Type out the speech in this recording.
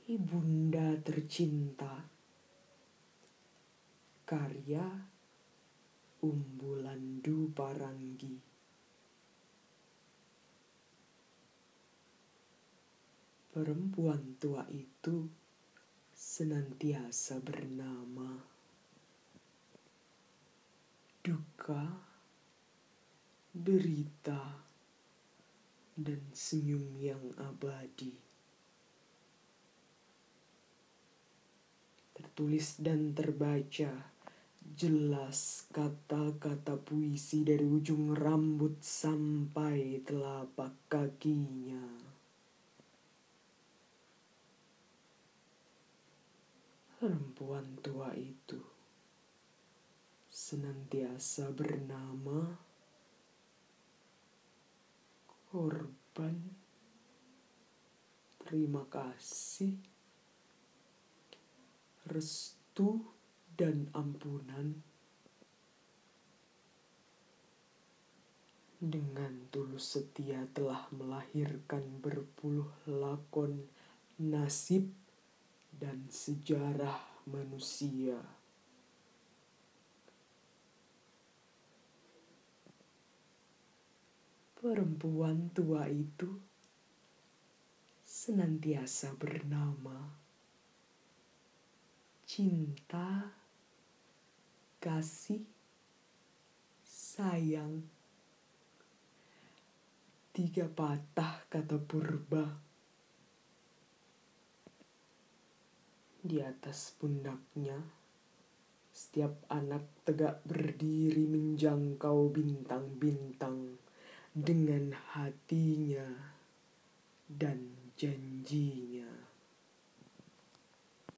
Ibunda Tercinta, karya Umbulandu Paranggi. Perempuan tua itu senantiasa bernama duka, derita, dan senyum yang abadi. Tertulis dan terbaca jelas kata-kata puisi dari ujung rambut sampai telapak kakinya. Perempuan tua itu senantiasa bernama korban, terima kasih, restu, dan ampunan. Dengan tulus setia telah melahirkan berpuluh lakon nasib dan sejarah manusia. Perempuan tua itu senantiasa bernama cinta, kasih, sayang. 3 patah kata purba. Di atas pundaknya, setiap anak tegak berdiri menjangkau bintang-bintang dengan hatinya dan janjinya.